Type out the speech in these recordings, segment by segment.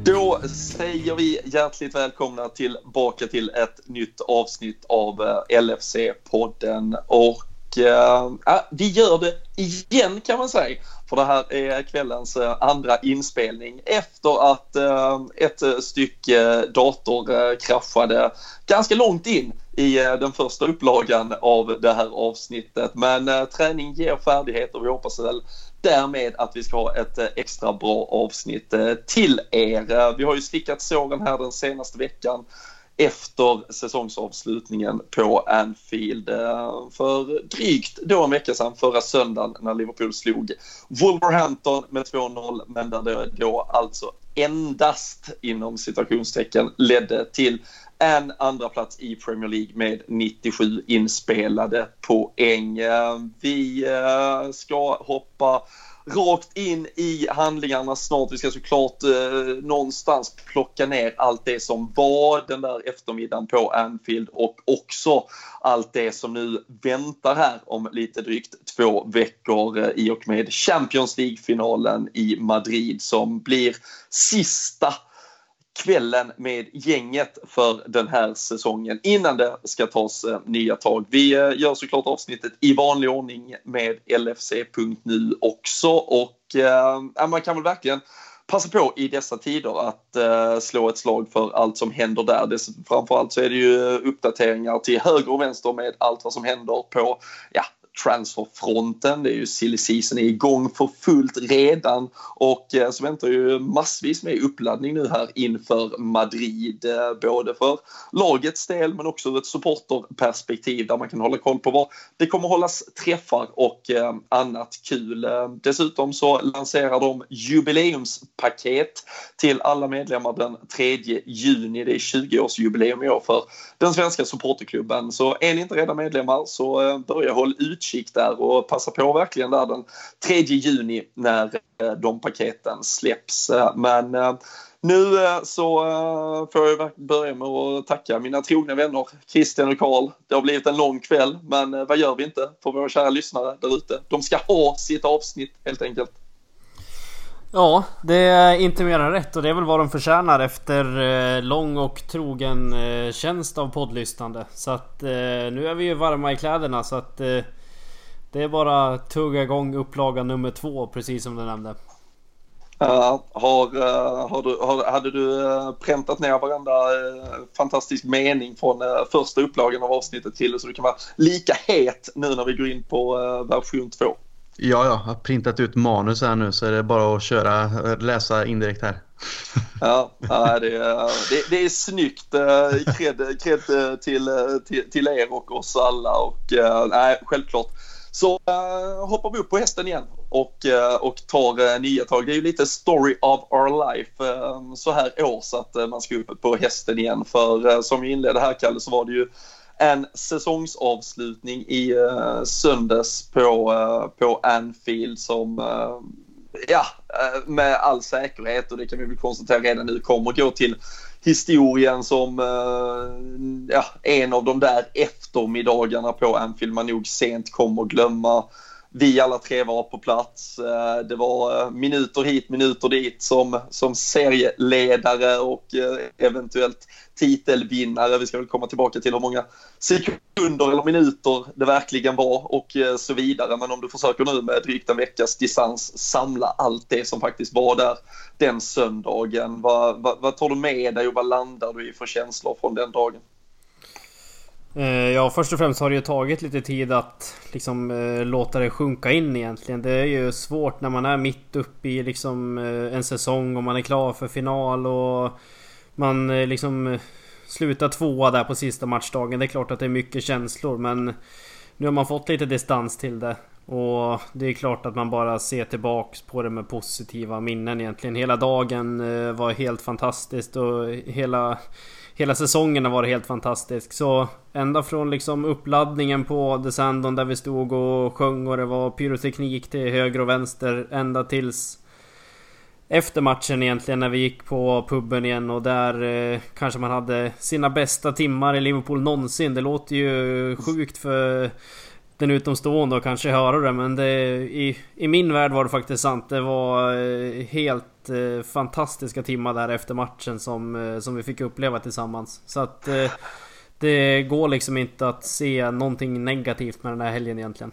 Då säger vi hjärtligt välkomna tillbaka till ett nytt avsnitt av LFC-podden. Och vi gör det igen kan man säga. För det här är kvällens andra inspelning efter att ett stycke dator kraschade ganska långt in i den första upplagan av det här avsnittet. Men träning ger färdighet och vi hoppas väl därmed att vi ska ha ett extra bra avsnitt till er. Vi har ju slickat såren här den senaste veckan efter säsongsavslutningen på Anfield för drygt då en vecka sedan, förra söndagen, när Liverpool slog Wolverhampton med 2-0, men där det då alltså endast inom situationstecken ledde till en andra plats i Premier League med 97 inspelade poäng. Vi ska hoppa rakt in i handlingarna snart. Vi ska såklart någonstans plocka ner allt det som var den där eftermiddagen på Anfield och också allt det som nu väntar här om lite drygt 2 veckor i och med Champions League-finalen i Madrid som blir sista kvällen med gänget för den här säsongen innan det ska tas nya tag. Vi gör såklart avsnittet i vanlig ordning med LFC.nu också och man kan väl verkligen passa på i dessa tider att slå ett slag för allt som händer där. Framförallt så är det ju uppdateringar till höger och vänster med allt vad som händer på transferfronten. Det är ju silly season är igång för fullt redan och så väntar ju massvis med uppladdning nu här inför Madrid, både för lagets del men också ur ett supporterperspektiv där man kan hålla koll på vad det kommer hållas träffar och annat kul. Dessutom så lanserar de jubileumspaket till alla medlemmar den 3 juni. Det är 20-årsjubileum i år för den svenska supporterklubben, så är ni inte redan medlemmar så börja hålla utkik där och passa på verkligen där den 3 juni när de paketen släpps. Men nu så får jag börja med att tacka mina trogna vänner Christian och Karl. Det har blivit en lång kväll, men vad gör vi inte för våra kära lyssnare där ute? De ska ha sitt avsnitt helt enkelt. Ja, det är inte mer än rätt och det är väl vad de förtjänar efter lång och trogen tjänst av poddlyssnande. Så att nu är vi ju varma i kläderna så att det är bara tugga igång upplaga nummer 2 precis som du nämnde. Hade du präntat ner varenda fantastisk mening från första upplagan av avsnittet till så du kan vara lika het nu när vi går in på version 2? Ja, jag har printat ut manus här nu så är det bara att läsa indirekt här. Ja, det är snyggt. Cred till er och oss alla och självklart. Så hoppar vi upp på hästen igen och tar nya tag. Det är ju lite story of our life så här år så att man ska upp på hästen igen. För som vi inledde här, Kalle, så var det ju en säsongsavslutning i söndags på Anfield som med all säkerhet, och det kan vi väl konstatera redan nu, kommer gå till historien som en av de där eftermiddagarna på Anfield man nog sent kommer glömma. Vi alla 3 var på plats. Det var minuter hit, minuter dit som serieledare och eventuellt titelvinnare. Vi ska väl komma tillbaka till hur många sekunder eller minuter det verkligen var och så vidare. Men om du försöker nu med drygt en veckas distans samla allt det som faktiskt var där den söndagen. Vad tar du med dig och vad landar du i för känslor från den dagen? Ja, först och främst har det ju tagit lite tid att liksom låta det sjunka in egentligen. Det är ju svårt när man är mitt uppe i liksom en säsong och man är klar för final och man liksom slutar 2 där på sista matchdagen. Det är klart att det är mycket känslor, men nu har man fått lite distans till det. Och det är klart att man bara ser tillbaks på det med positiva minnen egentligen. Hela dagen var helt fantastiskt och hela säsongen har varit helt fantastisk. Så ända från liksom uppladdningen på The Sandon där vi stod och sjöng och det var pyroteknik till höger och vänster, ända tills efter matchen egentligen när vi gick på puben igen och där kanske man hade sina bästa timmar i Liverpool någonsin. Det låter ju sjukt för den utomstående och kanske höra det, men i min värld var det faktiskt sant. Det var helt fantastiska timmar där efter matchen som vi fick uppleva tillsammans. Så att det går liksom inte att se någonting negativt med den här helgen egentligen.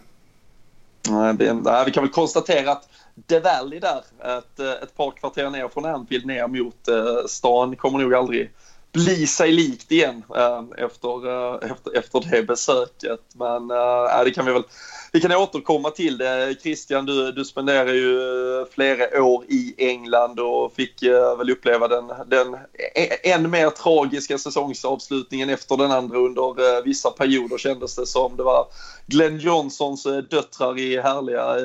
Nej, vi kan väl konstatera att The Valley där, ett par kvarter ner från Anfield ner mot stan, kommer nog aldrig bli sig likt igen efter det besöket. Men det kan vi kan återkomma till det. Christian, du spenderar ju flera år i England och fick väl uppleva den än mer tragiska säsongsavslutningen efter den andra. Under vissa perioder kändes det som det var Glenn Johnsons döttrar i härliga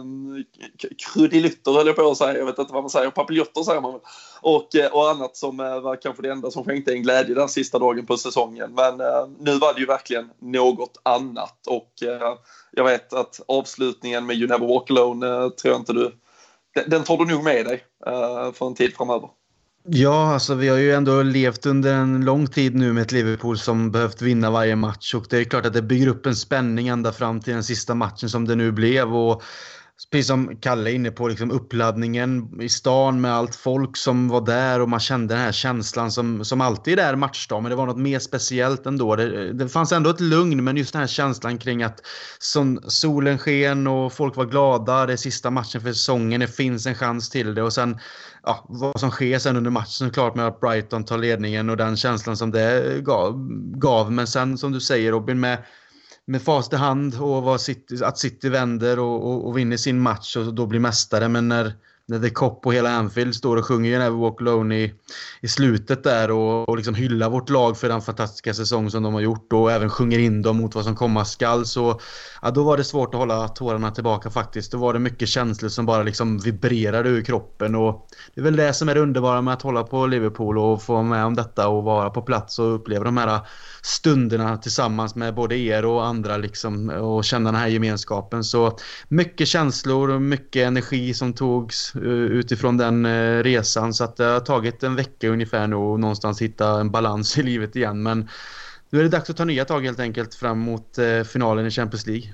krudilutter, höll jag på att säga. Jag vet inte vad man säger, papiljotter säger man väl. Och annat som var kanske det enda som skänkte en glädje den sista dagen på säsongen. Men nu var det ju verkligen något annat. Och jag vet att avslutningen med You Never Walk Alone tror jag inte den tar du nog med dig för en tid framöver. Ja, alltså vi har ju ändå levt under en lång tid nu med ett Liverpool som behövt vinna varje match, och det är klart att det bygger upp en spänning ända fram till den sista matchen som det nu blev. Och precis som Kalle är inne på, liksom uppladdningen i stan med allt folk som var där, och man kände den här känslan som alltid är där matchdag, men det var något mer speciellt ändå. Det fanns ändå ett lugn, men just den här känslan kring att solen sken och folk var glada, det är sista matchen för säsongen, det finns en chans till det. Och sen vad som sker sen under matchen, så klart med att Brighton tar ledningen och den känslan som det gav. Men sen som du säger, Robin, med fast i hand och att City vänder och vinner sin match och då blir mästare. Men när The Cop och hela Anfield står och sjunger Never Walk Alone i slutet där och liksom hyllar vårt lag för den fantastiska säsong som de har gjort, och även sjunger in dem mot vad som komma skall, så då var det svårt att hålla tårarna tillbaka faktiskt. Då var det mycket känslor som bara liksom vibrerade ur kroppen, och det är väl det som är det underbara med att hålla på Liverpool och få vara med om detta och vara på plats och uppleva de här stunderna tillsammans med både er och andra liksom, och känna den här gemenskapen. Så mycket känslor och mycket energi som togs utifrån den resan, så att det har tagit en vecka ungefär nu och någonstans hitta en balans i livet igen. Men nu är det dags att ta nya tag helt enkelt fram mot finalen i Champions League.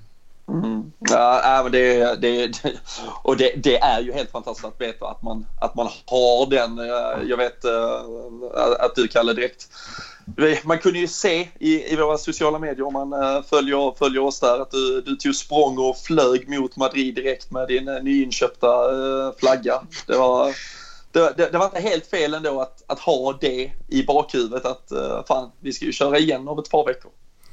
Ja, men det är ju helt fantastiskt att veta att man har den. Jag vet att du kallar direkt. Man kunde ju se i våra sociala medier, om man följer oss där, att du tog språng och flög mot Madrid direkt med din nyinköpta flagga. Det var inte helt fel ändå att ha det i bakhuvudet, att vi ska ju köra igen om ett par veckor.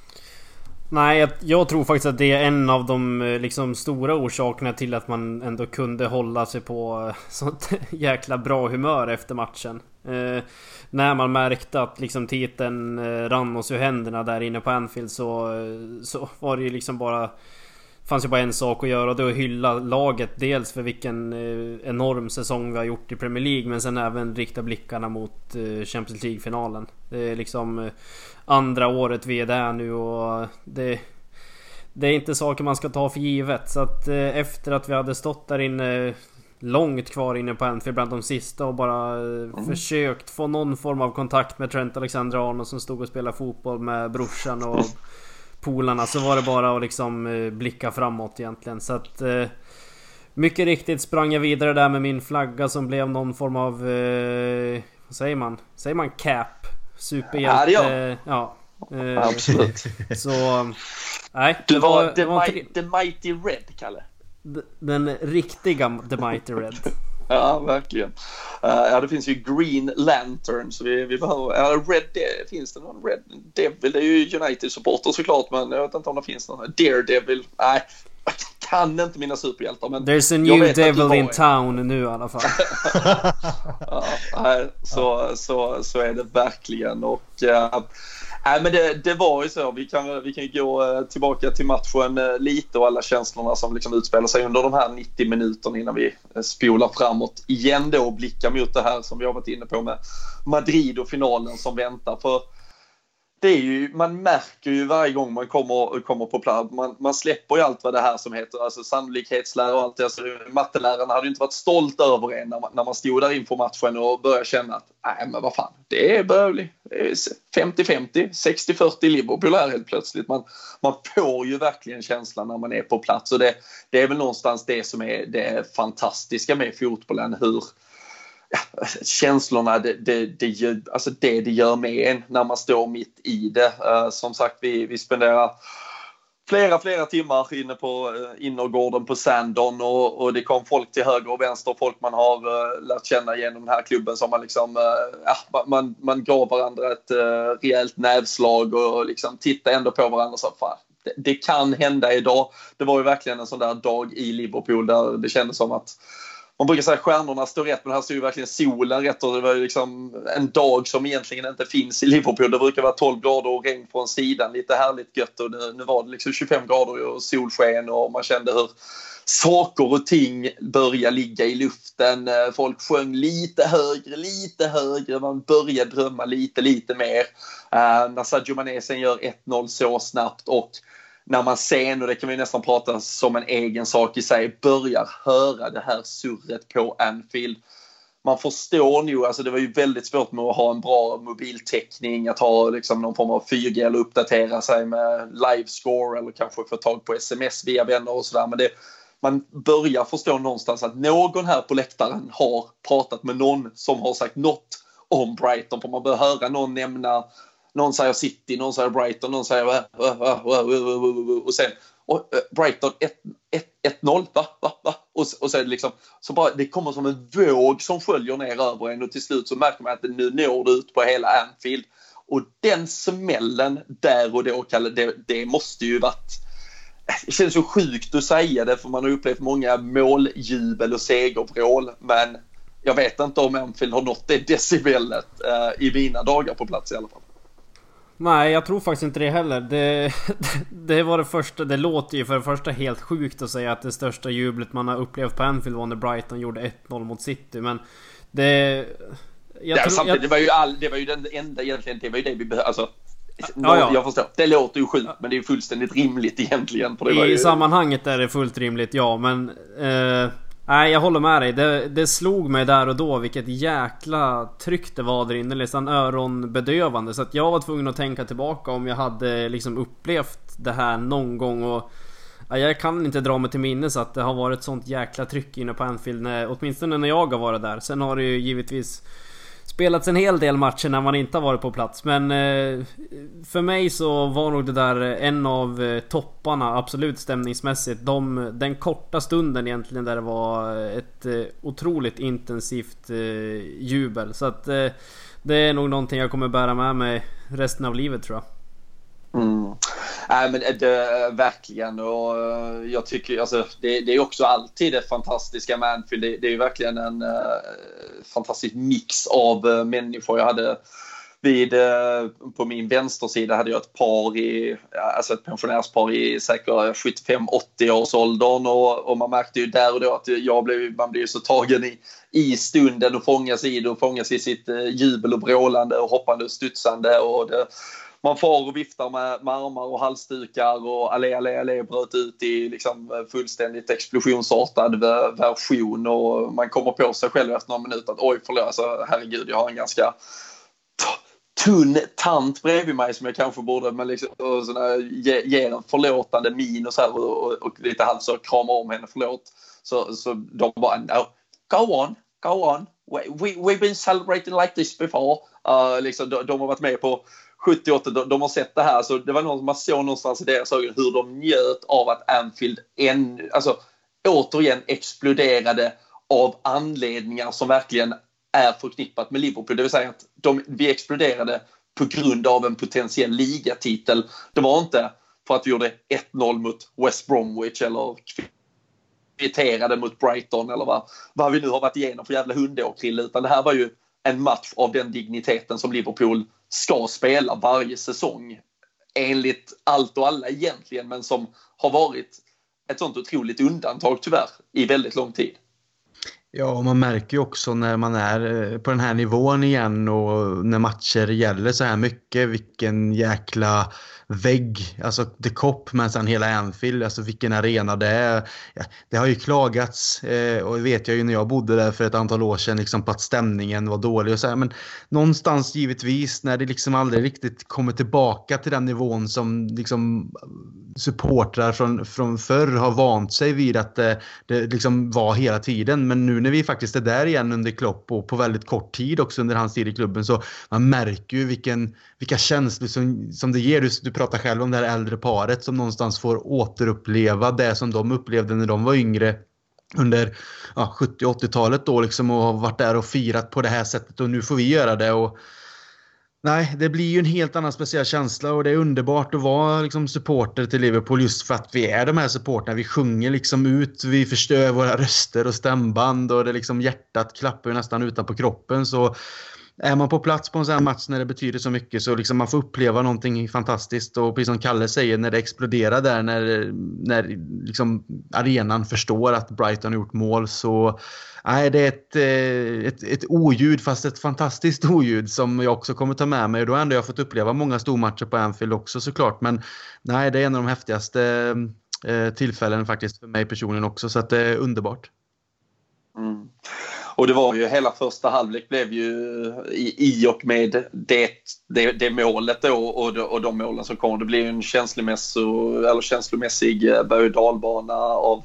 Nej, jag tror faktiskt att det är en av de liksom stora orsakerna till att man ändå kunde hålla sig på sånt jäkla bra humör efter matchen. När man märkte att liksom titeln rann oss ur händerna där inne på Anfield, så var det ju liksom fanns ju bara en sak att göra, och det var att hylla laget, dels för vilken enorm säsong vi har gjort i Premier League, men sen även rikta blickarna mot Champions League-finalen. Det är liksom andra året vi är där nu, och det är inte saker man ska ta för givet. Så att efter att vi hade stått där inne långt kvar inne på Anfield bland de sista och bara försökt få någon form av kontakt med Trent Alexander-Arnold som stod och spelade fotboll med brorsan och polarna, så var det bara att liksom blicka framåt egentligen. Så att mycket riktigt sprang jag vidare där med min flagga som blev någon form av vad säger man cap, superhjälte. Ja, absolut. Så nej, du var the Mighty Red, Kalle. Den riktiga The Mighty Red. Ja, verkligen. Det finns ju Green Lantern, så vi behöver Red. Finns det någon Red Devil? Det är ju United-supporter såklart, men jag vet inte om det finns någon Daredevil. Nej, jag kan inte mina superhjältar, men there's a new devil in town nu i alla fall. Så är det verkligen. Och men det var ju så. Vi kan gå tillbaka till matchen lite och alla känslorna som liksom utspelar sig under de här 90 minuterna innan vi spolar framåt igen då och blickar mot det här som vi har varit inne på med Madrid och finalen som väntar. För det är ju, man märker ju varje gång man kommer på plats. Man släpper ju allt vad det här som heter, alltså sannolikhetslära och allt det. Alltså, matteläraren hade ju inte varit stolt över en när man stod där inför matchen och började känna att nej men vad fan, det är börjligt. 50-50, 60-40 Liverpool här helt plötsligt. Man får ju verkligen känslan när man är på plats, och det är väl någonstans det som är det fantastiska med fotbollen, hur känslorna, det gör med en när man står mitt i det. Som sagt, vi spenderar flera timmar inne på innergården på Sandon, och det kom folk till höger och vänster, folk man har lärt känna genom den här klubben som man liksom, man gav varandra ett rejält nävslag och liksom tittar ändå på varandra så fan, det kan hända idag. Det var ju verkligen en sån där dag i Liverpool där det kändes som att man brukar säga att stjärnorna står rätt, men här står ju verkligen solen rätt, och det var ju liksom en dag som egentligen inte finns i Liverpool. Det brukar vara 12 grader och regn från sidan, lite härligt gött, och nu var det liksom 25 grader och solsken, och man kände hur saker och ting börjar ligga i luften. Folk sjöng lite högre, man börjar drömma lite mer. När Sadio Mané sen gör 1-0 så snabbt, och när man sen, och det kan vi nästan prata som en egen sak i sig, börjar höra det här surret på Anfield. Man förstår nu, alltså det var ju väldigt svårt med att ha en bra mobiltäckning, att ha liksom någon form av 4G eller uppdatera sig med livescore eller kanske få tag på sms via vänner och sådär. Men man börjar förstå någonstans att någon här på läktaren har pratat med någon som har sagt något om Brighton, för man bör höra någon nämna. Någon säger City, någon säger Brighton, någon säger och sen Brighton 1-0 va? Och så är det liksom så bara, det kommer som en våg som sköljer ner över en, och till slut så märker man att nu når det ut på hela Anfield, och den smällen där och då, det måste ju varit, det känns så sjukt att säga det, för man har upplevt många måljubel och segervrål, men jag vet inte om Anfield har nått det decibellet i mina dagar på plats i alla fall. Nej, jag tror faktiskt inte det heller. Det var det första. Det låter ju för det första helt sjukt att säga att det största jublet man har upplevt på Anfield var när Brighton gjorde 1-0 mot City, men det var ju den enda egentligen, det var ju det vi behövde, alltså. Jag förstår. Det låter ju sjukt, men det är ju fullständigt rimligt egentligen, för det var ju... I sammanhanget är det fullt rimligt, ja, men nej, jag håller med dig. Det slog mig där och då vilket jäkla tryck det var där inne, nästan öronbedövande, så att jag var tvungen att tänka tillbaka om jag hade liksom upplevt det här någon gång, och jag kan inte dra mig till minnes att det har varit ett sånt jäkla tryck inne på Anfield, åtminstone när jag har varit där. Sen har det ju givetvis spelats en hel del matcher när man inte har varit på plats, men för mig så var nog det där en av topparna absolut stämningsmässigt. Den korta stunden egentligen där det var ett otroligt intensivt jubel, så att det är nog någonting jag kommer bära med mig resten av livet, tror jag. Nej, men det verkligen, och jag tycker alltså, det är också alltid det fantastiska med Anfield. Det är ju verkligen en fantastisk mix av människor. Jag hade på min vänstersida hade jag ett par alltså ett pensionärspar i säkert 75-80 års åldern, och man märkte ju där och då att man blev så tagen i stunden och fångas i sitt jubel och brålande och hoppande och studsande, och man får och viftar med armar och halsdukar, och allé bröt ut i liksom fullständigt explosionsartad version, och man kommer på sig själv efter några minuter att oj förlåt, alltså, herregud, jag har en ganska tunn tant bredvid mig som jag kanske borde, men liksom, ger en förlåtande min och så här, och lite halvt så kramar om henne, förlåt, så de bara no, go on, we've been celebrating like this before. Liksom, de har varit med på 78, de har sett det här, så det var någon som man såg någonstans i deras ögon hur de njöt av att Anfield återigen exploderade av anledningar som verkligen är förknippat med Liverpool. Det vill säga att vi exploderade på grund av en potentiell ligatitel. Det var inte för att vi gjorde 1-0 mot West Bromwich eller kvitterade mot Brighton eller vad vi nu har varit igenom för jävla hundåkrill, utan det här var ju en match av den digniteten som Liverpool ska spela varje säsong enligt allt och alla egentligen, men som har varit ett sånt otroligt undantag tyvärr i väldigt lång tid. Ja, och man märker ju också när man är på den här nivån igen och när matcher gäller så här mycket, vilken jäkla vägg, alltså The Kop, men sen hela Anfield, alltså vilken arena det är. Ja, det har ju klagats och det vet jag ju när jag bodde där för ett antal år sedan liksom, på att stämningen var dålig och så här, men någonstans givetvis när det liksom aldrig riktigt kommer tillbaka till den nivån som liksom supportrar från förr har vant sig vid att det liksom var hela tiden, men nu när vi faktiskt är där igen under Klopp och på väldigt kort tid också under hans tid i klubben, så man märker ju vilka känslor som det ger. Du pratar själv om det här äldre paret som någonstans får återuppleva det som de upplevde när de var yngre under 70- och 80-talet då liksom, och har varit där och firat på det här sättet, och nu får vi göra det. Och nej, det blir ju en helt annan speciell känsla, och det är underbart att vara liksom supporter till Liverpool just för att vi är de här supporterna. Vi sjunger liksom ut, vi förstör våra röster och stämband, och det liksom hjärtat klappar ju nästan utanpå kroppen. Så är man på plats på en sån här match när det betyder så mycket, så liksom man får uppleva någonting fantastiskt. Och precis som Kalle säger, när det exploderar där, när liksom arenan förstår att Brighton har gjort mål, så nej, det är ett oljud, fast ett fantastiskt oljud som jag också kommer ta med mig. Och då har ändå jag fått uppleva många stormatcher på Anfield också såklart, men nej, det är en av de häftigaste tillfällen faktiskt för mig personligen också, så att det är underbart. Mm. Och det var ju hela första halvlek blev ju i och med det målet då, och de målen som kom. Det blev ju en känslomässig berg- och dalbana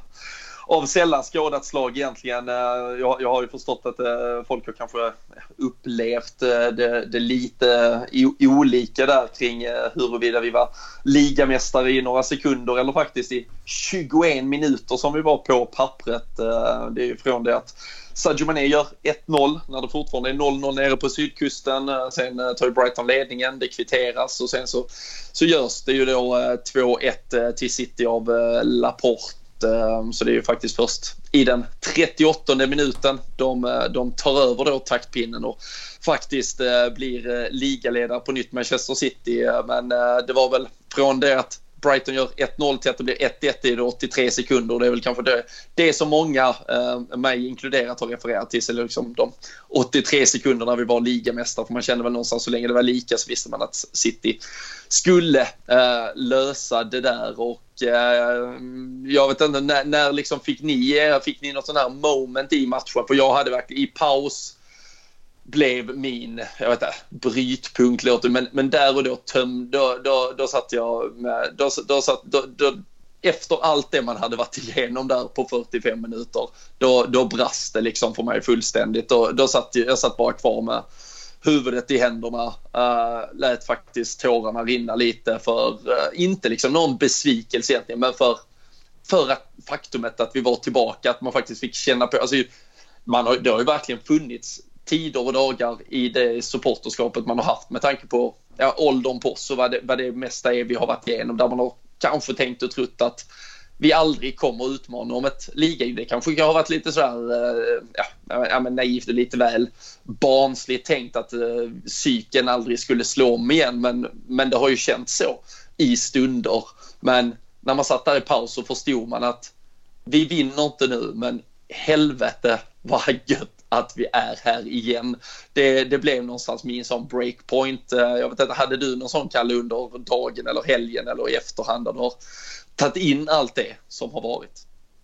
av sällan skådat slag egentligen. Jag har ju förstått att folk har kanske upplevt det lite olika där kring huruvida vi var ligamästare i några sekunder eller faktiskt i 21 minuter som vi var på pappret. Det är ju från det att Sadio Mané gör 1-0 när det fortfarande är 0-0 nere på sydkusten. Sen tar ju Brighton ledningen, det kvitteras, och sen så görs det ju då 2-1 till City av Laporte. Så det är ju faktiskt först i den 38:e minuten de tar över då taktpinnen och faktiskt blir ligaledare på nytt, Manchester City. Men det var väl från det att Brighton gör 1-0 till att det blir 1-1 i 83 sekunder. Det är väl kanske det som många, mig inkluderat, har refererat till. Eller liksom de 83 sekunderna vi var ligamästare. För man kände väl någonstans, så länge det var lika så visste man att City skulle lösa det där. Och jag vet inte, när liksom fick ni något sån här moment i matchen? För jag hade verkligen i paus blev min, jag vet inte, brytpunkt låter, men där och då satt jag med, då efter allt det man hade varit igenom där på 45 minuter, då brast det liksom för mig fullständigt. Jag satt bara kvar med huvudet i händerna, lät faktiskt tårarna rinna lite för, inte liksom någon besvikelse egentligen, men för att faktumet att vi var tillbaka, att man faktiskt fick känna på, alltså det har ju verkligen funnits tider och dagar i det supporterskapet man har haft med tanke på åldern på oss och vad det mesta är vi har varit igenom, där man har kanske tänkt och trott att vi aldrig kommer utmana om ett liga. Det kanske har varit lite sådär men naivt och lite väl barnsligt tänkt att psyken aldrig skulle slå om igen, men det har ju känts så i stunder. Men när man satt där i paus så förstod man att vi vinner inte nu, men helvete vad gött att vi är här igen. Det blev någonstans min sån breakpoint. Jag vet inte, hade du någon sån, Kalle, under dagen eller helgen eller i efterhand där du har tagit in allt det som har varit?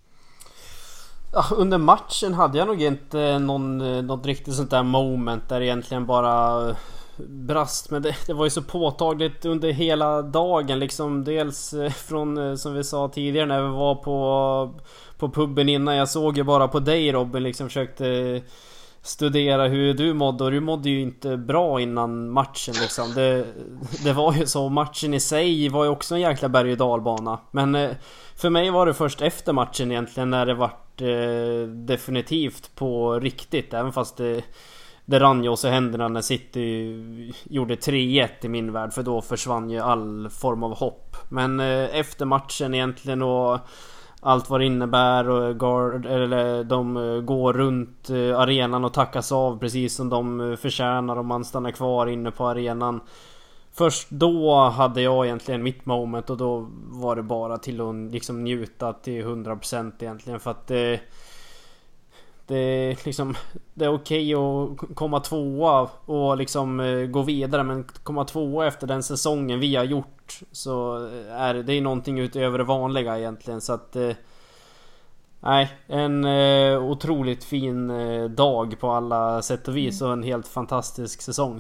Ja, under matchen hade jag nog inte något riktigt sånt där moment där egentligen bara brast, men det var ju så påtagligt under hela dagen liksom. Dels från, som vi sa tidigare, när vi var på puben innan, jag såg ju bara på dig, Robin, liksom försökte studera hur du mådde, och du mådde ju inte bra innan matchen liksom. Det var ju så, matchen i sig var ju också en jäkla berg- och dalbana. Men för mig var det först efter matchen egentligen när det vart definitivt på riktigt, även fast det rann ju oss i händerna när City gjorde 3-1 i min värld, för då försvann ju all form av hopp. Men efter matchen egentligen, och allt vad det innebär, och de går runt arenan och tackas av precis som de förtjänar om man stannar kvar inne på arenan. Först då hade jag egentligen mitt moment, och då var det bara till att liksom njuta till 100% egentligen, för att Det är liksom, det är okej att komma tvåa och liksom gå vidare, men komma tvåa efter den säsongen vi har gjort, så är det är någonting utöver det vanliga egentligen. Så att nej, en otroligt fin dag på alla sätt och vis, och en helt fantastisk säsong.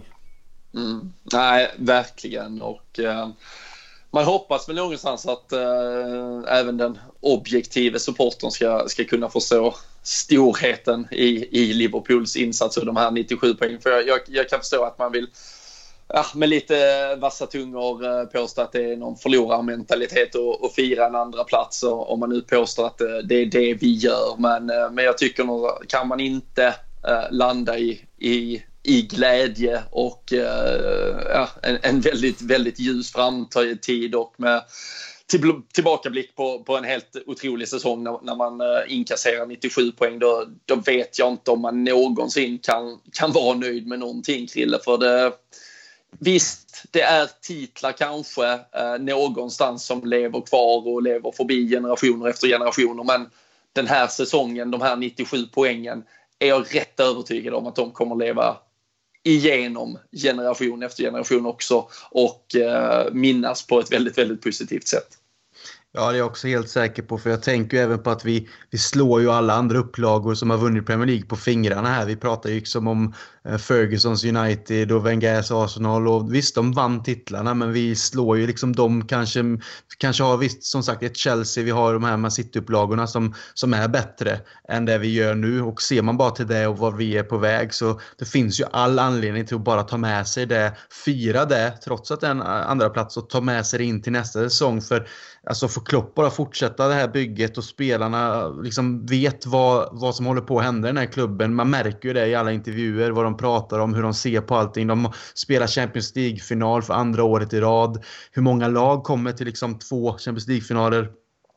Nej, verkligen. Och man hoppas väl någonstans att även den objektiva supporten ska kunna förstå storheten i Liverpools insats och de här 97 poäng. För jag kan förstå att man vill med lite vassa tungor påstå att det är någon förlorarmentalitet och fira en andra plats, och om man nu påstår att det är det vi gör. Men jag tycker nog, kan man inte landa i glädje och en väldigt, väldigt ljus framtid, och med tillbakablick på en helt otrolig säsong när man inkasserar 97 poäng, då vet jag inte om man någonsin kan vara nöjd med någonting, Krille. För visst, det är titlar kanske någonstans som lever kvar och lever förbi generationer efter generationer, men den här säsongen, de här 97 poängen, är jag rätt övertygad om att de kommer leva igenom generation efter generation också, och minnas på ett väldigt, väldigt positivt sätt. Ja, det är jag också helt säker på, för jag tänker ju även på att vi slår ju alla andra upplagor som har vunnit Premier League på fingrarna här. Vi pratar ju liksom om Fergusons United och Wengers Arsenal, och visst, de vann titlarna, men vi slår ju liksom de kanske har visst, som sagt, ett Chelsea, vi har de här Man City-upplagorna som är bättre än det vi gör nu, och ser man bara till det och var vi är på väg, så det finns ju all anledning till att bara ta med sig det, fira det trots att det är en andra plats, och ta med sig det in till nästa säsong. För alltså, får Klopp bara fortsätta det här bygget och spelarna liksom vet vad som håller på att hända i den här klubben. Man märker ju det i alla intervjuer, vad de pratar om, hur de ser på allting. De spelar Champions League-final för andra året i rad. Hur många lag kommer till liksom 2 Champions League-finaler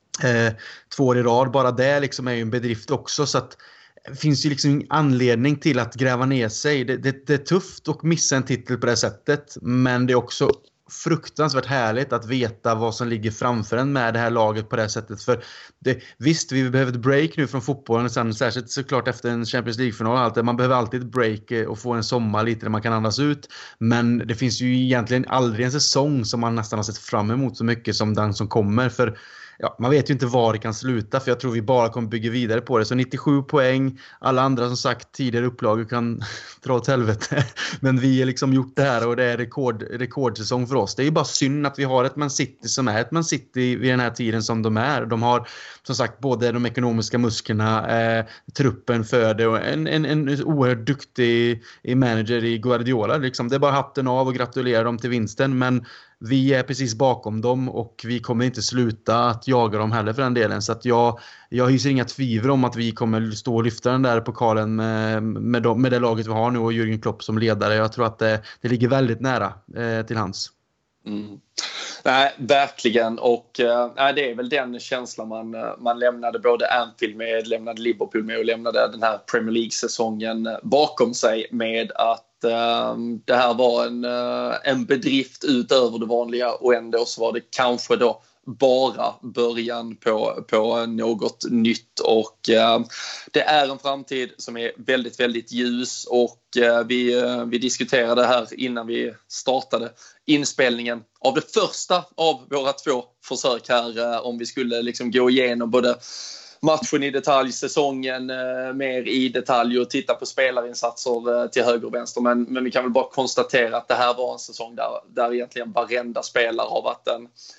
2 år i rad? Bara det liksom är ju en bedrift också, så att det finns ju liksom ingen anledning till att gräva ner sig. Det är tufft att missa en titel på det sättet, men det är också fruktansvärt härligt att veta vad som ligger framför en med det här laget på det sättet. För visst, vi behöver ett break nu från fotbollen, sen, särskilt såklart efter en Champions League-final. Man behöver alltid ett break och få en sommar lite där man kan andas ut. Men det finns ju egentligen aldrig en säsong som man nästan har sett fram emot så mycket som den som kommer. För man vet ju inte var det kan sluta, för jag tror vi bara kommer bygga vidare på det. Så 97 poäng, alla andra som sagt tidigare upplagor kan dra åt helvete. Men vi har liksom gjort det här, och det är rekordsäsong för oss. Det är ju bara synd att vi har ett Man City som är ett Man City vid den här tiden som de är. De har som sagt både de ekonomiska musklerna, truppen för det, och en oerhört duktig manager i Guardiola. Liksom. Det är bara hatten av och gratulera dem till vinsten, men vi är precis bakom dem, och vi kommer inte sluta att jaga dem heller för den delen. Så att jag hyser inga tvivel om att vi kommer stå och lyfta den där pokalen med det laget vi har nu, och Jürgen Klopp som ledare. Jag tror att det ligger väldigt nära till hans. Nej, verkligen. Och det är väl den känslan man lämnade både Anfield med, lämnade Liverpool med och lämnade den här Premier League-säsongen bakom sig med, att det här var en bedrift utöver det vanliga, och ändå så var det kanske då bara början på något nytt. Och det är en framtid som är väldigt, väldigt ljus, och vi diskuterade här innan vi startade inspelningen av det första av våra 2 försök här, om vi skulle liksom gå igenom både matchen i detalj, säsongen mer i detalj och titta på spelarinsatser till höger och vänster. Men vi kan väl bara konstatera att det här var en säsong där egentligen varenda spelare har varit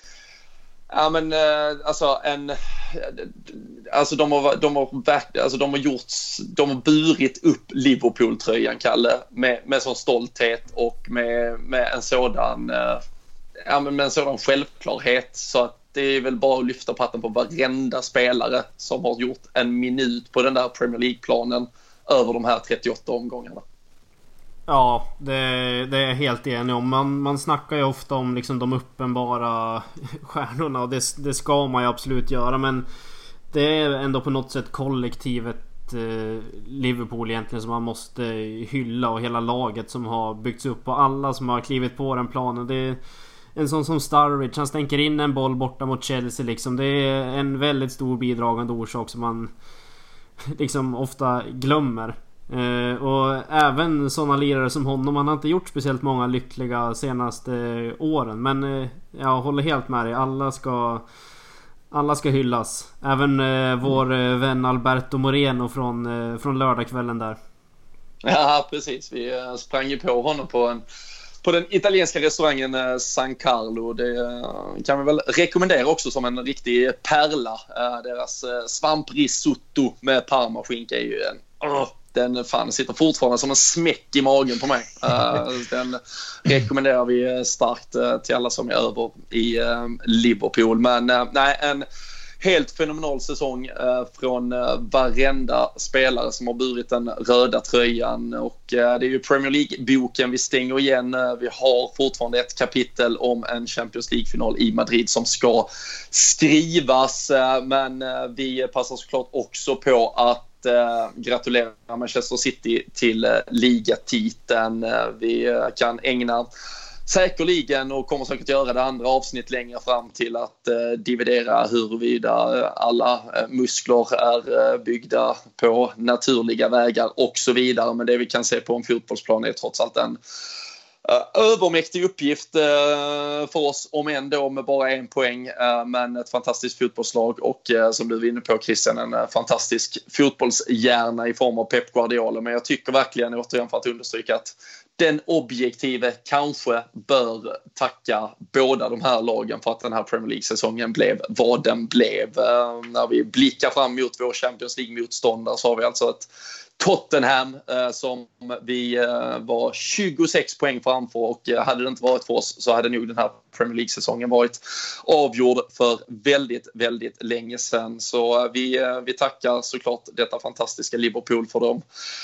de har burit upp Liverpool-tröjan, Kalle, med sån stolthet och med en sådan självklarhet, så att det är väl bara att lyfta på hatten på varenda spelare som har gjort en minut på den där Premier League-planen över de här 38 omgångarna. Ja, det är jag helt enig om. Man snackar ju ofta om liksom de uppenbara stjärnorna, och det ska man ju absolut göra, men det är ändå på något sätt kollektivet Liverpool egentligen som man måste hylla, och hela laget som har byggts upp och alla som har klivit på den planen. Det är en sån som Sturridge, han stänker in en boll borta mot Chelsea liksom. Det är en väldigt stor bidragande orsak som man liksom ofta glömmer. Och även sådana lirare som honom, han har inte gjort speciellt många lyckliga senaste åren, men jag håller helt med dig. Alla ska hyllas. Även vår vän Alberto Moreno från lördagskvällen där. Ja, precis. Vi sprang ju på honom på den italienska restaurangen San Carlo. Det kan vi väl rekommendera också som en riktig pärla. Deras svamprisotto med parmaskinka är ju den fan sitter fortfarande som en smäck i magen på mig. Den rekommenderar vi starkt till alla som är över i Liverpool. Men nej, en helt fenomenal säsong från varenda spelare som har burit den röda tröjan. Och det är ju Premier League-boken vi stänger igen. Vi har fortfarande ett kapitel om en Champions League-final i Madrid som ska skrivas. Men vi passar såklart också på att gratulera Manchester City till ligatiteln. Vi kan ägna säkerligen och kommer säkert göra det andra avsnitt längre fram till att dividera huruvida alla muskler är byggda på naturliga vägar och så vidare. Men det vi kan se på en fotbollsplan är trots allt en övermäktig uppgift för oss, om ändå med bara 1 poäng, men ett fantastiskt fotbollslag och som du var inne på Christian, en fantastisk fotbollshjärna i form av Pep Guardiola. Men jag tycker verkligen, återigen för att understryka, att den objektive kanske bör tacka båda de här lagen för att den här Premier League-säsongen blev vad den blev. När vi blickar fram mot vår Champions League-motståndare så har vi alltså ett Tottenham som vi var 26 poäng framför, och hade det inte varit för oss så hade nog den här Premier League-säsongen varit avgjord för väldigt, väldigt länge sedan. Så vi tackar såklart detta fantastiska Liverpool för de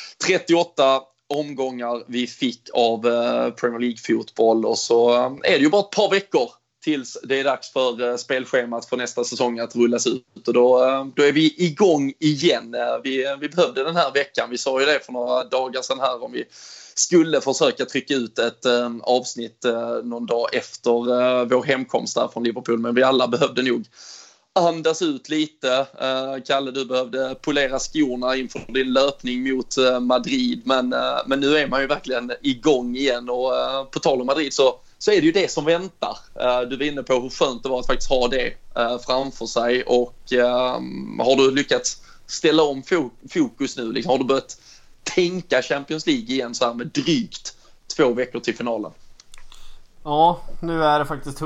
38 omgångar vi fick av Premier League-fotboll, och så är det ju bara ett par veckor tills det är dags för spelschemat för nästa säsong att rullas ut, och då är vi igång igen. Vi behövde den här veckan. Vi sa ju det för några dagar sedan här om vi skulle försöka trycka ut ett avsnitt någon dag efter vår hemkomst där från Liverpool, men vi alla behövde nog andas ut lite. Kalle, du behövde polera skorna inför din löpning mot Madrid, men nu är man ju verkligen igång igen, och på tal om Madrid så är det ju det som väntar. Du var inne på hur skönt det var att faktiskt ha det framför sig, och har du lyckats ställa om fokus nu? Liksom, har du börjat tänka Champions League igen så här med drygt 2 veckor till finalen? Ja, nu är det faktiskt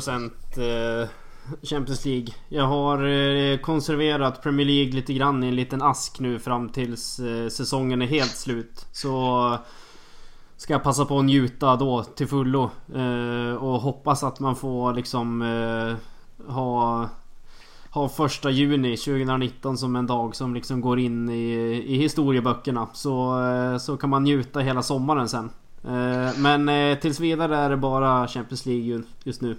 100% Champions League. Jag har konserverat Premier League lite grann i en liten ask nu fram tills säsongen är helt slut. Så ska jag passa på att njuta då till fullo, och hoppas att man får liksom ha 1 juni 2019 som en dag som liksom går in i historieböckerna, så kan man njuta hela sommaren sen. Men tills vidare är det bara Champions League just nu.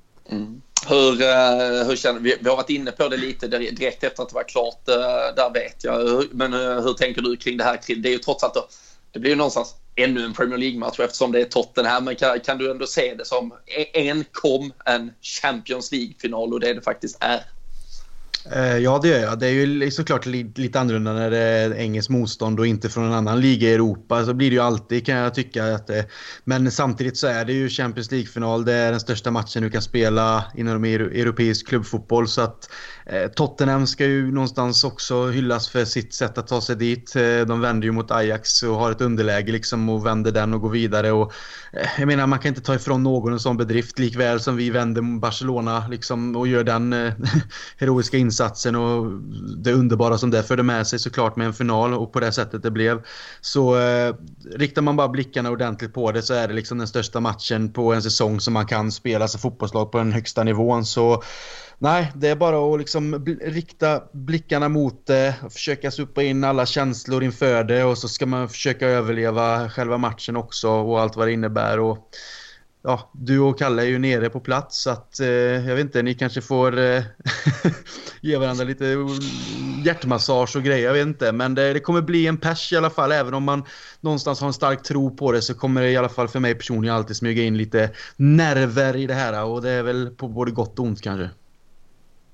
Hur känner vi har varit inne på det lite direkt efter att det var klart, där vet jag, men hur tänker du kring det här? Det är ju trots allt då, det blir ju någonstans ännu en Premier League-match eftersom det är Tottenham, men kan du ändå se det som en Champions League-final, och det faktiskt är? Ja, det gör jag. Det är ju såklart lite annorlunda när det är engelsk motstånd och inte från en annan liga i Europa. Så blir det ju alltid, kan jag tycka. Men samtidigt så är det ju Champions League-final. Det är den största matchen du kan spela inom europeisk klubbfotboll. Så att Tottenham ska ju någonstans också hyllas för sitt sätt att ta sig dit. De vänder ju mot Ajax och har ett underläge liksom, och vänder den och går vidare. Och jag menar, man kan inte ta ifrån någon en sån bedrift, likväl som vi vänder Barcelona liksom, och gör den heroiska insatsen och det underbara som det förde med sig såklart med en final, och på det sättet det blev. Så riktar man bara blickarna ordentligt på det så är det liksom den största matchen på en säsong som man kan spela alltså fotbollslag på den högsta nivån. Så nej, det är bara att liksom rikta blickarna mot det och försöka supa in alla känslor inför det, och så ska man försöka överleva själva matchen också och allt vad det innebär. Och ja, du och Kalle är ju nere på plats, så att jag vet inte, ni kanske får ge varandra lite hjärtmassage och grejer, jag vet inte, men det kommer bli en pers i alla fall. Även om man någonstans har en stark tro på det, så kommer det i alla fall för mig personligen alltid smyga in lite nerver i det här, och det är väl på både gott och ont kanske.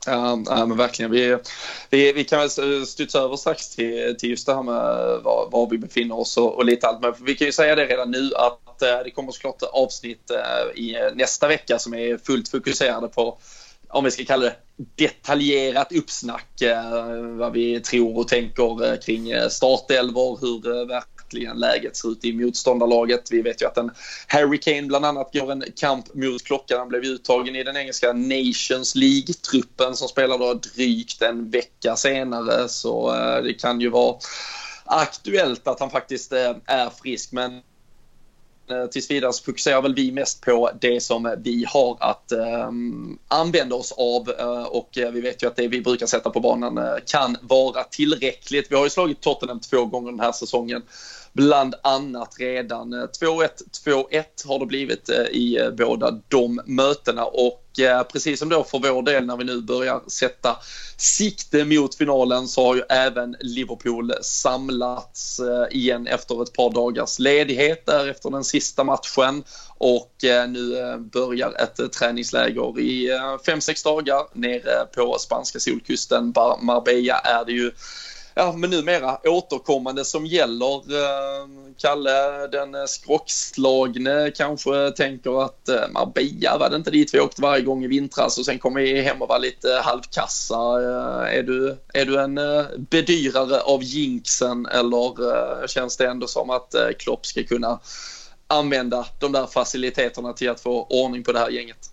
Ja, men verkligen. Vi kan väl studsa över strax till just det här med var vi befinner oss och lite allt. Men vi kan ju säga det redan nu att det kommer såklart avsnitt i nästa vecka som är fullt fokuserade på, om vi ska kalla det, detaljerat uppsnack, vad vi tror och tänker kring startelvor, hur verkligen läget ser ut i motståndarlaget. Vi vet ju att en Harry Kane bland annat går en kamp mot klockan. Han blev uttagen i den engelska Nations League-truppen som spelar då drygt en vecka senare, så det kan ju vara aktuellt att han faktiskt är frisk, men tills vidare så fokuserar väl vi mest på det som vi har att använda oss av, och vi vet ju att det vi brukar sätta på banan kan vara tillräckligt. Vi har ju slagit Tottenham 2 gånger den här säsongen, bland annat redan 2-1 har det blivit i båda de mötena, och precis som då för vår del när vi nu börjar sätta sikte mot finalen så har ju även Liverpool samlats igen efter ett par dagars ledighet där efter den sista matchen, och nu börjar ett träningsläger i 5-6 dagar nere på spanska solkusten. Marbella är det ju, ja, men numera återkommande som gäller. Kalle, den skrockslagne, kanske tänker att Marbella, var det inte dit vi åkte varje gång i vintras och sen kom vi hem och var lite halvkassa. Är du en bedyrare av jinxen, eller känns det ändå som att Klopp ska kunna använda de där faciliteterna till att få ordning på det här gänget?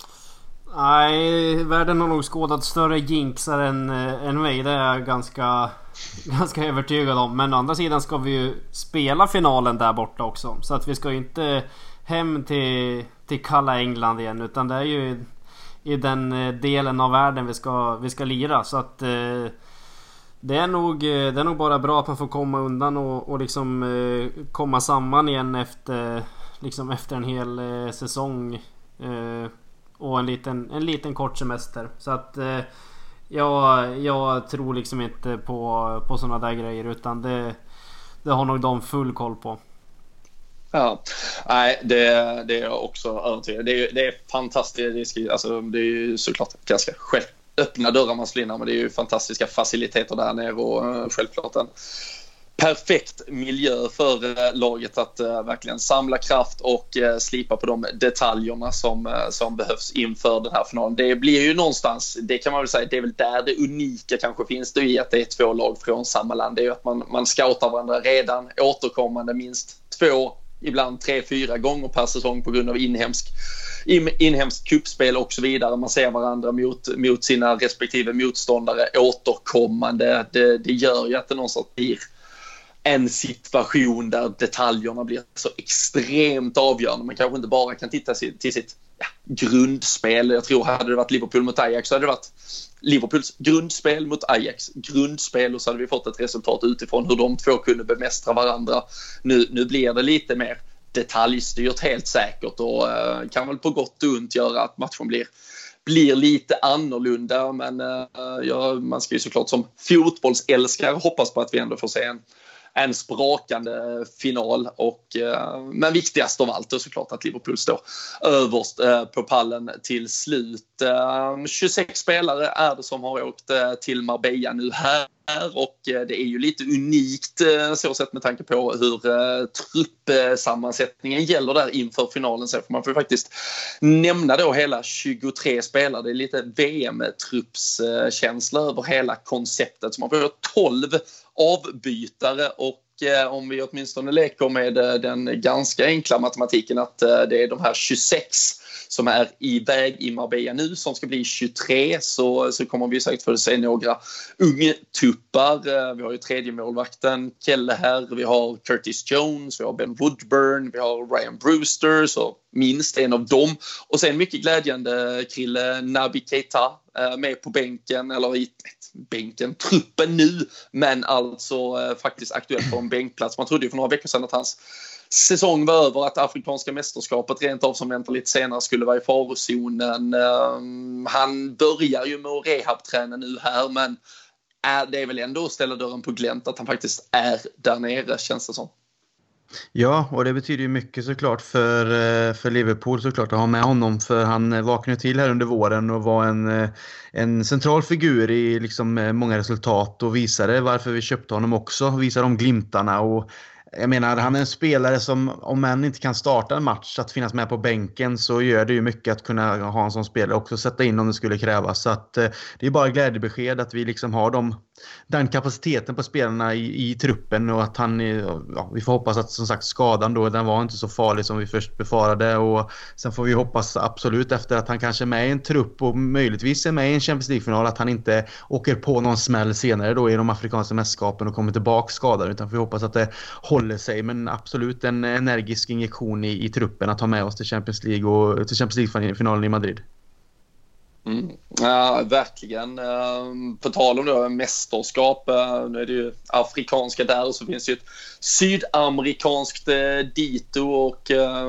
Nej, världen har nog skådat större jinxar än mig. Det är jag ganska övertygad om. Men å andra sidan ska vi ju spela finalen där borta också. Så att vi ska ju inte hem till kalla England igen, utan det är ju i den delen av världen vi ska lira. Så att det är nog bara bra att man får komma undan och liksom komma samman igen efter en hel säsong och en liten kort semester. Så att jag tror liksom inte på såna där grejer, utan det har nog de full koll på. Ja, nej, det är jag också övertygad. Det är fantastiskt. Alltså, det är ju såklart ganska öppna dörrar man slår in, men det är ju fantastiska faciliteter där nere, och självklart en perfekt miljö för laget att verkligen samla kraft och slipa på de detaljerna som behövs inför den här finalen. Det blir ju någonstans, det kan man väl säga, det är väl där det unika kanske finns det i att det är 2 lag från samma land. Det är ju att man scoutar varandra redan återkommande minst 2, ibland 3-4 gånger per säsong på grund av inhemskt kuppspel och så vidare. Man ser varandra mot sina respektive motståndare återkommande. Det gör ju att det någonstans blir en situation där detaljerna blir så extremt avgörande. Man kanske inte bara kan titta till sitt grundspel. Jag tror hade det varit Liverpool mot Ajax så hade det varit Liverpools grundspel mot Ajax grundspel, och så hade vi fått ett resultat utifrån hur de två kunde bemästra varandra. Nu blir det lite mer detaljstyrt helt säkert, och kan väl på gott och ont göra att matchen blir lite annorlunda, men man ska ju såklart som fotbollsälskare hoppas på att vi ändå får se en sprakande final, men viktigast av allt är såklart att Liverpool står överst på pallen till slut. 26 spelare är det som har åkt till Marbella nu här, och det är ju lite unikt så sett med tanke på hur truppsammansättningen gäller där inför finalen. Så man får faktiskt nämna då hela 23 spelare. Det är lite VM-truppskänsla över hela konceptet. Så man får 12 avbytare, och om vi åtminstone leker med den ganska enkla matematiken att det är de här 26 som är iväg i Marbella nu som ska bli 23, så kommer vi säkert få se några ungtuppar. Vi har ju tredje målvakten Kelleher, vi har Curtis Jones, vi har Ben Woodburn, vi har Ryan Brewster, så minst en av dem. Och sen mycket glädjande Krille Naby Keita med på bänken, eller i truppen nu, men alltså faktiskt aktuellt på en bänkplats. Man trodde ju för några veckor sedan att hans säsong var över, att afrikanska mästerskapet rent av som väntar lite senare skulle vara i farozonen. Han börjar ju med att rehabträna nu här, men det är väl ändå att ställa dörren på glänt att han faktiskt är där nere, känns det som. Ja, och det betyder ju mycket såklart för Liverpool såklart att ha med honom, för han vaknade till här under våren och var en central figur i liksom många resultat och visade varför vi köpte honom också, visade de glimtarna. Och jag menar, han är en spelare som, om man inte kan starta en match, att finnas med på bänken, så gör det ju mycket att kunna ha en sån spelare också, sätta in om det skulle krävas. Så att det är bara glädjebesked att vi liksom har den kapaciteten på spelarna i truppen, och att vi får hoppas att som sagt skadan då, den var inte så farlig som vi först befarade, och sen får vi hoppas absolut efter att han kanske är med i en trupp och möjligtvis är med i en Champions League-final, att han inte åker på någon smäll senare då i de afrikanska mästerskapen och kommer tillbaka skadad, utan vi hoppas att det håller sig. Men absolut en energisk injektion i truppen att ha med oss till Champions League och till Champions League-finalen i Madrid. Ja, verkligen. På tal om då mästerskap, nu är det ju afrikanska där, och så finns det ju ett sydamerikanskt dito, och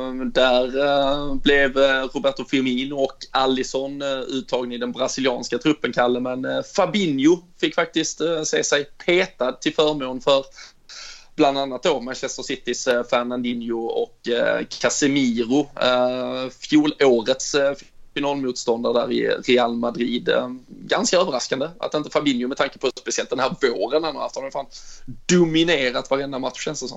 där blev Roberto Firmino och Alisson uttagna i den brasilianska truppen, Kalle, men Fabinho fick faktiskt se sig petad till förmån för bland annat då Manchester Citys Fernandinho och Casemiro, fjolårets finalmotståndare där i Real Madrid. Ganska överraskande att inte Fabinho, med tanke på speciellt den här våren han har haft, har fan dominerat varenda match, känns det som.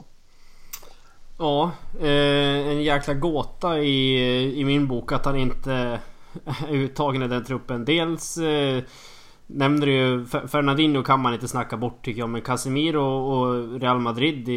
Ja, en jäkla gåta i min bok att han inte är uttagen i den truppen. Dels nämnde du ju Fernandinho, kan man inte snacka bort tycker jag, men Casemiro och Real Madrid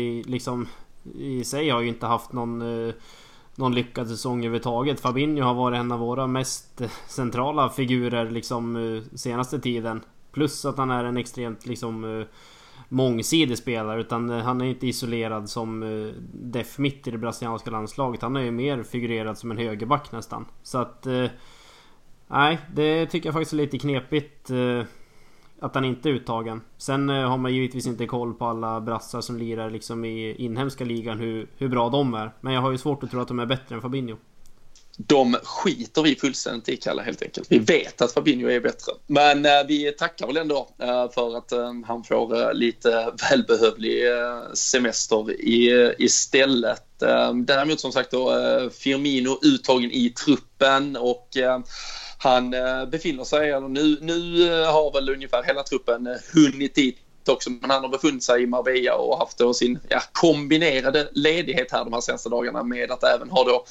i sig har ju inte haft någon lyckad säsong överhuvudtaget. Fabinho har varit en av våra mest centrala figurer liksom senaste tiden. Plus att han är en extremt mångsidig spelare, utan han är inte isolerad som def mitt i det brasilianska landslaget. Han är ju mer figurerad som en högerback nästan. Så att nej, det tycker jag faktiskt är lite knepigt att han inte är uttagen. Sen har man givetvis inte koll på alla brassar som lirar liksom i inhemska ligan, hur bra de är. Men jag har ju svårt att tro att de är bättre än Fabinho. De skiter vi fullständigt i, Kalle, helt enkelt. Vi vet att Fabinho är bättre. Men vi tackar väl ändå för att han får lite välbehövlig semester istället. Däremot som sagt då, Firmino uttagen i truppen, och han befinner sig, eller nu har väl ungefär hela truppen hunnit dit också, men han har befunnit sig i Marbella och haft då sin kombinerade ledighet här de här senaste dagarna, med att även ha då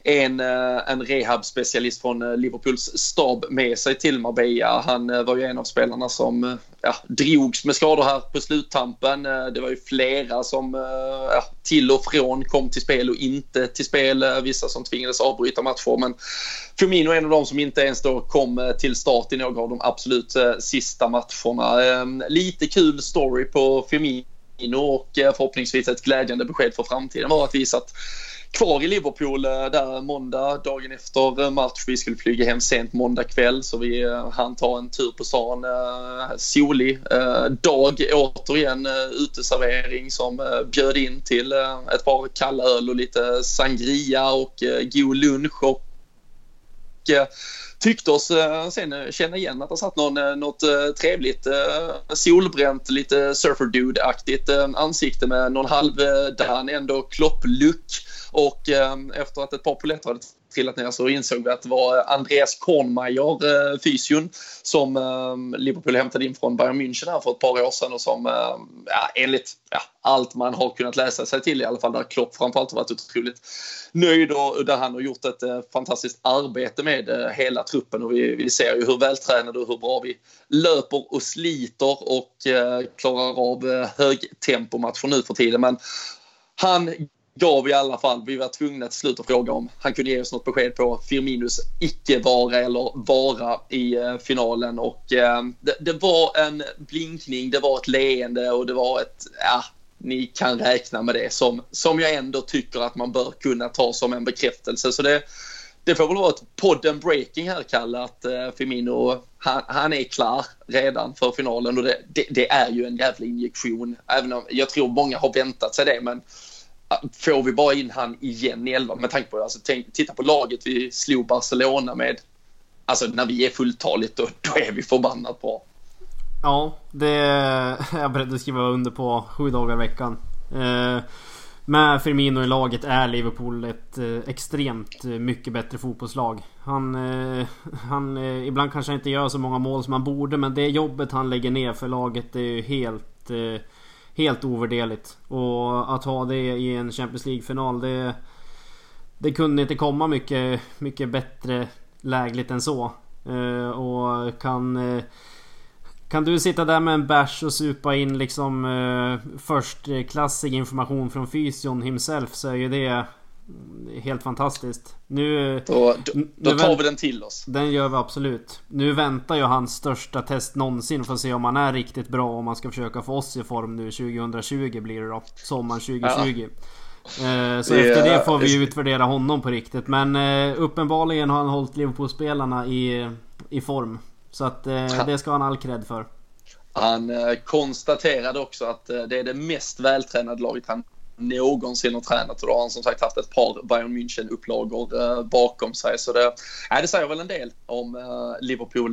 en rehab-specialist från Liverpools stab med sig till Marbella. Han var ju en av spelarna som drogs med skador här på sluttampen. Det var ju flera som till och från kom till spel och inte till spel. Vissa som tvingades avbryta matcher, men Firmino är en av de som inte ens då kom till start i några av de absolut sista matcherna. Lite kul story på Firmino, och förhoppningsvis ett glädjande besked för framtiden var att vi satt kvar i Liverpool där måndag, dagen efter match. Vi skulle flyga hem sent måndag kväll, så vi hann ta en tur på stan. Solig dag, återigen uteservering som bjöd in till ett par kalla öl och lite sangria och god lunch, och tyckte oss sen känna igen att det satt något trevligt solbränt, lite surfer-dude-aktigt ansikte med någon halvdan ändå kloppluck. Och efter att ett par poletter hade trillat ner så insåg vi att det var Andreas Kornmeier, fysion, som Liverpool hämtade in från Bayern München här för ett par år sedan, och som enligt allt man har kunnat läsa sig till i alla fall, där Klopp framförallt har varit otroligt nöjd, och där han har gjort ett fantastiskt arbete med hela truppen, och vi ser ju hur vältränade och hur bra vi löper och sliter och klarar av högtempomatcher nu för tiden. Men han gav i alla fall, vi var tvungna att sluta fråga om han kunde ge oss något besked på Firminos icke-vara eller vara i finalen, och det var en blinkning, det var ett leende, och det var ett ni kan räkna med det som jag ändå tycker att man bör kunna ta som en bekräftelse. Så det får väl vara ett podden breaking här, Kalle, att Firmino han är klar redan för finalen, och det är ju en jävla injektion, även om jag tror många har väntat sig det, men får vi bara in han igen i 11 med tanke på titta på laget vi slog Barcelona med, alltså när vi är fulltaligt då är vi förbannat bra. Ja, det är jag beredd att skriva under på 7 dagar i veckan. med Firmino i laget är Liverpool ett extremt mycket bättre fotbollslag. Han ibland kanske inte gör så många mål som han borde, men det jobbet han lägger ner för laget är ju helt ovärderligt. Och att ha det i en Champions League-final, det kunde inte komma mycket bättre lägligt än så. Och kan du sitta där med en bärs och supa in liksom förstklassig information från fysion himself, så är ju det helt fantastiskt. Då tar vi den till oss. Den gör vi absolut. Nu väntar ju hans största test någonsin för att se om han är riktigt bra, om man ska försöka få oss i form nu 2020 blir det då. Sommaren 2020. Så efter det får vi utvärdera honom på riktigt. Men uppenbarligen har han hållit Liverpool-spelarna i form. Så att det ska han all cred för. Han konstaterade också att det är det mest vältränade laget han någonsin har tränat. Och då har han som sagt haft ett par Bayern München-upplagor bakom sig. Så det säger väl en del om Liverpool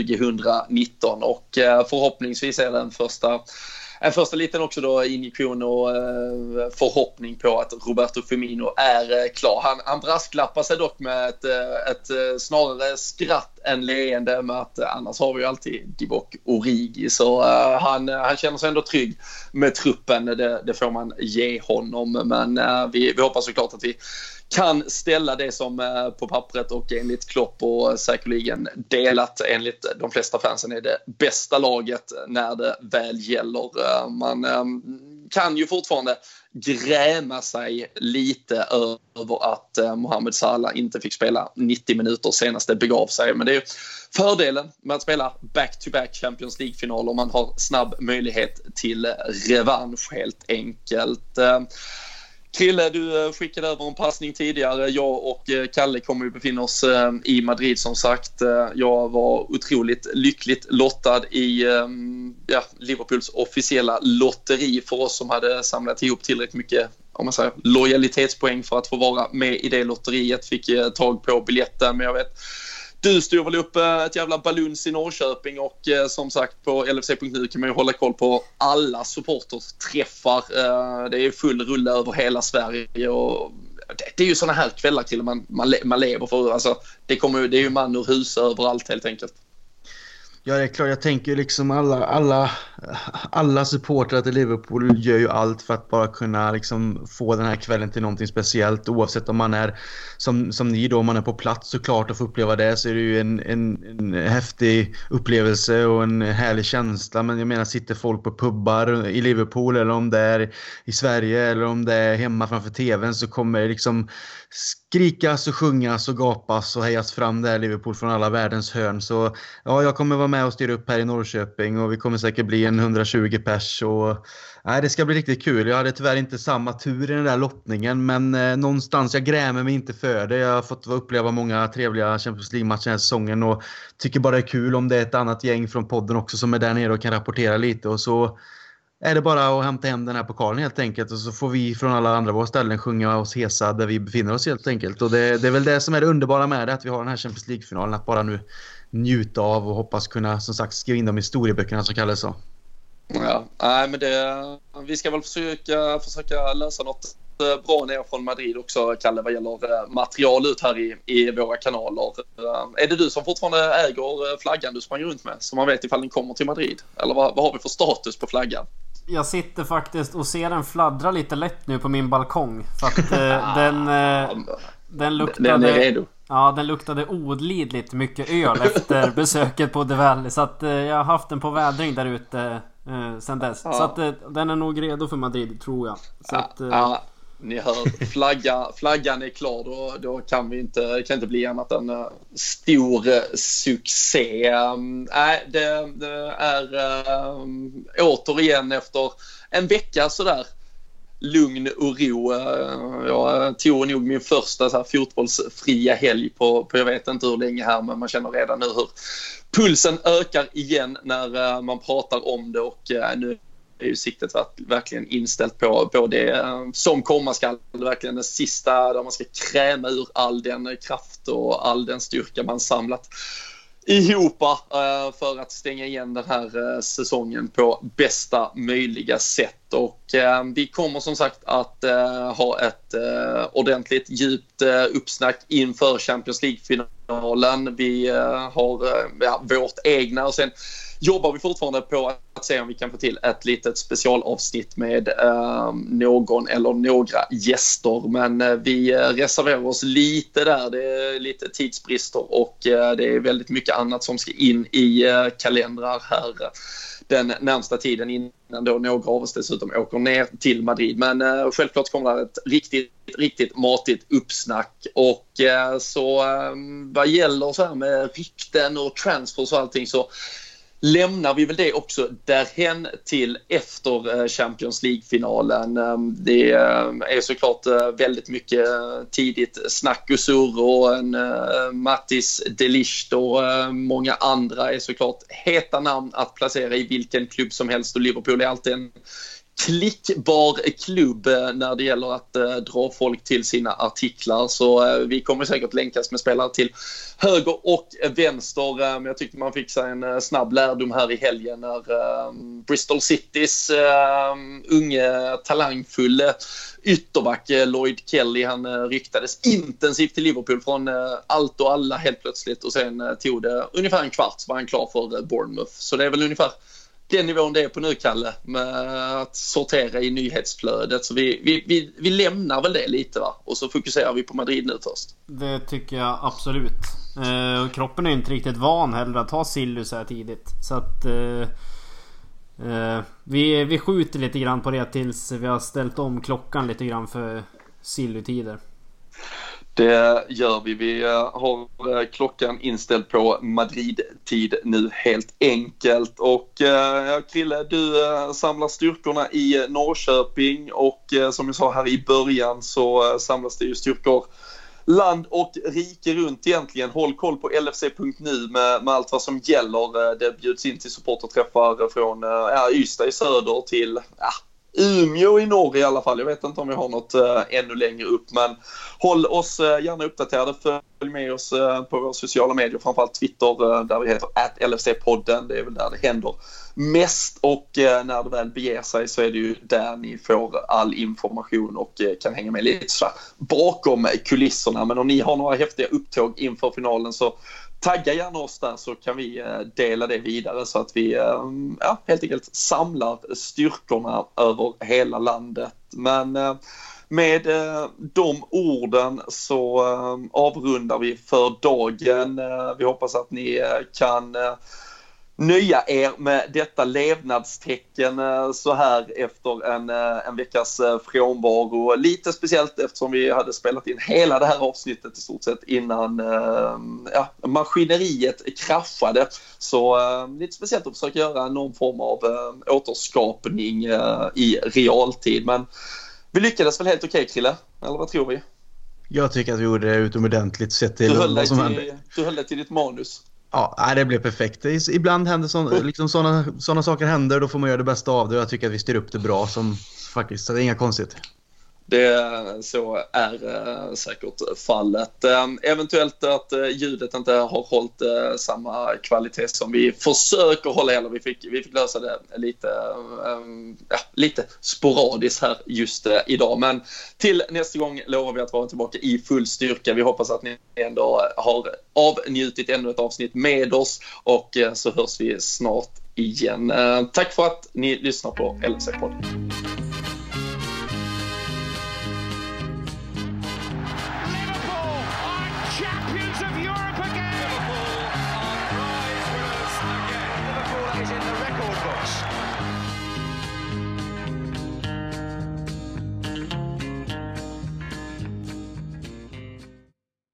2019. Och förhoppningsvis är det en första liten också då injektion och förhoppning på att Roberto Firmino är klar. Han brasklappar sig dock med ett snarare skratt än leende, med att annars har vi ju alltid Divock Origi, så han känner sig ändå trygg med truppen. Det får man ge honom, men vi hoppas såklart att vi kan ställa det som på pappret och enligt Klopp och säkerligen delat enligt de flesta fansen är det bästa laget när det väl gäller. Man kan ju fortfarande gräma sig lite över att Mohamed Salah inte fick spela 90 minuter senast det begav sig. Men det är ju fördelen med att spela back-to-back Champions League-finaler. Man har snabb möjlighet till revansch helt enkelt. Krille, du skickade över en passning tidigare. Jag och Kalle kommer ju befinna oss i Madrid som sagt. Jag var otroligt lyckligt lottad i Liverpools officiella lotteri för oss som hade samlat ihop tillräckligt mycket, om man säger, lojalitetspoäng för att få vara med i det lotteriet. Fick tag på biljetten, men jag vet du stod väl upp ett jävla baluns i Norrköping, och som sagt på LFC.nu kan man ju hålla koll på alla supporterträffar. Det är full rulle över hela Sverige, och det är ju såna här kvällar till man lever för. Alltså, det är ju man ur hus överallt helt enkelt. Ja, det är klart. Jag tänker liksom alla supportrar till Liverpool gör ju allt för att bara kunna liksom få den här kvällen till någonting speciellt. Oavsett om man är som ni då, om man är på plats såklart och får uppleva det, så är det ju en häftig upplevelse och en härlig känsla. Men jag menar, sitter folk på pubbar i Liverpool, eller om det är i Sverige, eller om det är hemma framför tvn, så kommer det liksom skrikas och sjungas och gapas och hejas fram där Liverpool från alla världens hörn. Så ja, jag kommer vara med och styra upp här i Norrköping, och vi kommer säkert bli en 120 pers, och det ska bli riktigt kul. Jag hade tyvärr inte samma tur i den där lottningen, men någonstans, jag grämer mig inte för det. Jag har fått uppleva många trevliga Champions League-matcher den här säsongen, och tycker bara det är kul om det är ett annat gäng från podden också som är där nere och kan rapportera lite, och så är det bara att hämta hem den här pokalen helt enkelt, och så får vi från alla andra våra ställen sjunga oss hesa där vi befinner oss helt enkelt. Och det är väl det som är det underbara med det, att vi har den här Champions League-finalen att bara nu njuta av och hoppas kunna, som sagt, skriva in dem i historieböckerna som Kalle sa. Ja, nej, men vi ska väl försöka lösa något bra ner från Madrid också, Kalle, vad gäller material ut här i våra kanaler. Är det du som fortfarande äger flaggan du sprang runt med, så man vet ifall den kommer till Madrid? Eller vad har vi för status på flaggan? Jag sitter faktiskt och ser den fladdra lite lätt nu på min balkong, för att den luktade... Den är redo. Ja, den luktade olidligt mycket öl efter besöket på The Valley, så att jag har haft den på vädring där ute sen dess. Ja. Så att den är nog redo för Madrid, tror jag. Så att, ni hör, flaggan är klar, då kan inte bli annat än stor succé. Det är återigen efter en vecka sådär lugn och ro. Jag tog nog min första så här fotbollsfria helg på jag vet inte hur länge här, men man känner redan nu hur pulsen ökar igen när man pratar om det, och nu är ju siktet verkligen inställt på det som komma skall, verkligen det sista där man ska kräma ur all den kraft och all den styrka man samlat ihop för att stänga igen den här säsongen på bästa möjliga sätt. Och vi kommer som sagt att ha ett ordentligt djupt uppsnack inför Champions League-finalen. Vi har vårt egna och sen jobbar vi fortfarande på att se om vi kan få till ett litet specialavsnitt med någon eller några gäster. Men vi reserverar oss lite där. Det är lite tidsbrister och det är väldigt mycket annat som ska in i kalendrar här den närmsta tiden innan då några av oss dessutom åker ner till Madrid. Men självklart kommer det ett riktigt matigt uppsnack. Och så vad gäller så här med rykten och transfers och allting så lämnar vi väl det också därhen till efter Champions League-finalen. Det är såklart väldigt mycket tidigt snack och surr och en Mattis de Ligt och många andra är såklart heta namn att placera i vilken klubb som helst, och Liverpool är alltid en klickbar klubb när det gäller att dra folk till sina artiklar. Så vi kommer säkert länkas med spelare till höger och vänster. Men jag tyckte man fick sig en snabb lärdom här i helgen när Bristol Citys unge talangfulle ytterback Lloyd Kelly, han ryktades intensivt till Liverpool från allt och alla helt plötsligt, och sen tog det ungefär en kvart så var han klar för Bournemouth. Så det är väl ungefär den nivån det är på nu, Kalle, med att sortera i nyhetsflödet. Så vi lämnar väl det lite, va? Och så fokuserar vi på Madrid nu först. Det tycker jag absolut. Kroppen är inte riktigt van heller att ha Silly så här tidigt. Så att vi skjuter lite grann på det tills vi har ställt om klockan lite grann för Silly-tider. Det gör vi. Vi har klockan inställd på Madrid-tid nu helt enkelt. Och Krille, du samlar styrkorna i Norrköping och som jag sa här i början så samlas det ju styrkor land och rike runt egentligen. Håll koll på LFC.nu med allt vad som gäller. Det bjuds in till supporterträffar från Ystad i söder till Umeå i norr i alla fall. Jag vet inte om vi har något ännu längre upp, men håll oss gärna uppdaterade. Följ med oss på våra sociala medier, framförallt Twitter där vi heter @LFC-podden. Det är väl där det händer mest, och när det väl beger sig så är det ju där ni får all information och kan hänga med lite så bakom kulisserna. Men om ni har några häftiga upptåg inför finalen så tagga gärna oss där, så kan vi dela det vidare så att vi helt enkelt samlar styrkorna över hela landet. Men med de orden så avrundar vi för dagen. Vi hoppas att ni kan nöja er med detta levnadstecken så här efter en veckas frånvaro. Lite speciellt eftersom vi hade spelat in hela det här avsnittet i stort sett innan maskineriet kraschade. Så lite speciellt att försöka göra någon form av återskapning i realtid. Men vi lyckades väl helt okej, Krille? Eller vad tror vi? Jag tycker att vi gjorde det utomordentligt sett till vad som hände. Du höll det till ditt manus. Ja, det blev perfekt. Ibland händer sådana saker händer, då får man göra det bästa av det. Jag tycker att vi styr upp det bra, som faktiskt, så det är inga konstigt. Så är säkert fallet. Eventuellt att ljudet inte har hållit samma kvalitet som vi försöker hålla, eller vi fick lösa det lite sporadiskt här just idag. Men till nästa gång lovar vi att vara tillbaka i full styrka. Vi hoppas att ni ändå har avnjutit ännu ett avsnitt med oss, och så hörs vi snart igen. Tack för att ni lyssnar på LFC-podden.